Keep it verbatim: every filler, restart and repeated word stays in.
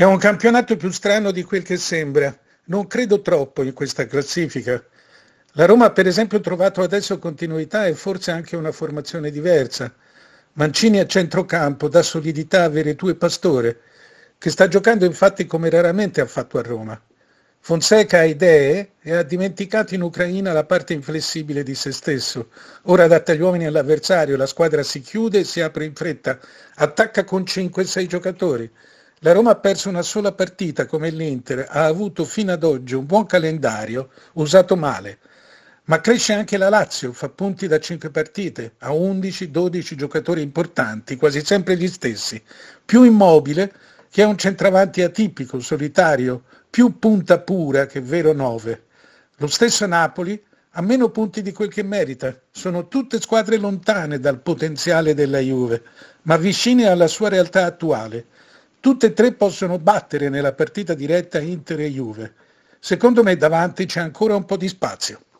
È un campionato più strano di quel che sembra. Non credo troppo in questa classifica. La Roma, per esempio, ha trovato adesso continuità e forse anche una formazione diversa. Mancini a centrocampo dà solidità a Veretù e Pastore, che sta giocando infatti come raramente ha fatto a Roma. Fonseca ha idee e ha dimenticato in Ucraina la parte inflessibile di se stesso. Ora adatta gli uomini all'avversario, la squadra si chiude e si apre in fretta, attacca con cinque sei giocatori. La Roma ha perso una sola partita come l'Inter, ha avuto fino ad oggi un buon calendario, usato male. Ma cresce anche la Lazio, fa punti da cinque partite, ha undici dodici giocatori importanti, quasi sempre gli stessi. Più Immobile, che è un centravanti atipico, solitario, più punta pura che vero nove. Lo stesso Napoli ha meno punti di quel che merita. Sono tutte squadre lontane dal potenziale della Juve, ma vicine alla sua realtà attuale. Tutte e tre possono battere nella partita diretta Inter e Juve. Secondo me davanti c'è ancora un po' di spazio.